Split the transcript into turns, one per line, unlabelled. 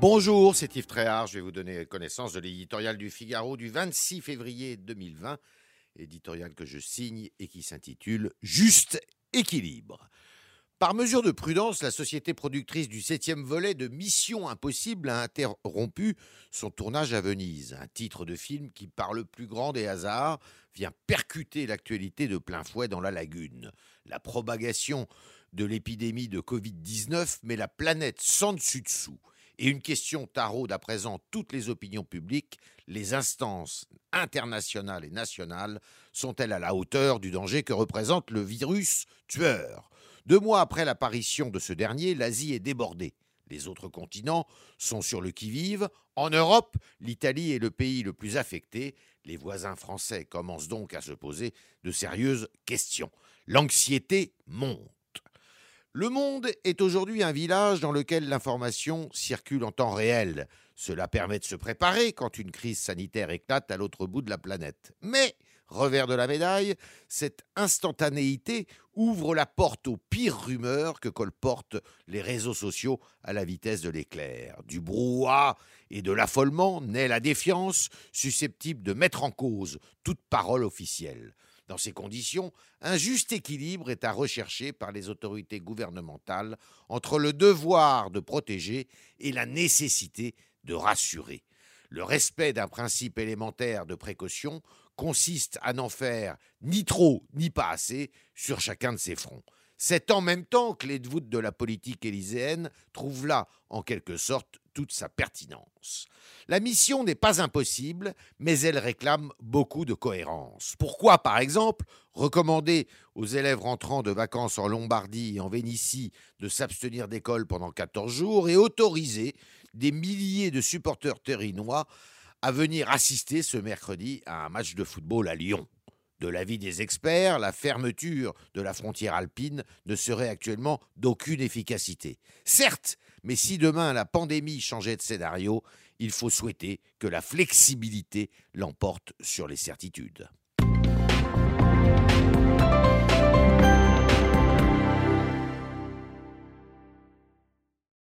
Bonjour, c'est Yves Tréhard. Je vais vous donner connaissance de l'éditorial du Figaro du 26 février 2020, éditorial que je signe et qui s'intitule « Juste équilibre ». Par mesure de prudence, la société productrice du 7e volet de Mission Impossible a interrompu son tournage à Venise. Un titre de film qui, par le plus grand des hasards, vient percuter l'actualité de plein fouet dans la lagune. La propagation de l'épidémie de Covid-19 met la planète sans dessus-dessous. Et une question taraude à présent toutes les opinions publiques, les instances internationales et nationales sont-elles à la hauteur du danger que représente le virus tueur ? 2 mois après l'apparition de ce dernier, l'Asie est débordée. Les autres continents sont sur le qui-vive. En Europe, l'Italie est le pays le plus affecté. Les voisins français commencent donc à se poser de sérieuses questions. L'anxiété monte. Le monde est aujourd'hui un village dans lequel l'information circule en temps réel. Cela permet de se préparer quand une crise sanitaire éclate à l'autre bout de la planète. Mais, revers de la médaille, cette instantanéité ouvre la porte aux pires rumeurs que colportent les réseaux sociaux à la vitesse de l'éclair. Du brouhaha et de l'affolement naît la défiance, susceptible de mettre en cause toute parole officielle. Dans ces conditions, un juste équilibre est à rechercher par les autorités gouvernementales entre le devoir de protéger et la nécessité de rassurer. Le respect d'un principe élémentaire de précaution consiste à n'en faire ni trop ni pas assez sur chacun de ces fronts. C'est en même temps que clé de voûte de la politique élyséenne trouve là, en quelque sorte, toute sa pertinence. La mission n'est pas impossible, mais elle réclame beaucoup de cohérence. Pourquoi, par exemple, recommander aux élèves rentrant de vacances en Lombardie et en Vénétie de s'abstenir d'école pendant 14 jours et autoriser des milliers de supporters terrinois à venir assister ce mercredi à un match de football à Lyon ? De l'avis des experts, la fermeture de la frontière alpine ne serait actuellement d'aucune efficacité. Certes, mais si demain la pandémie changeait de scénario, il faut souhaiter que la flexibilité l'emporte sur les certitudes.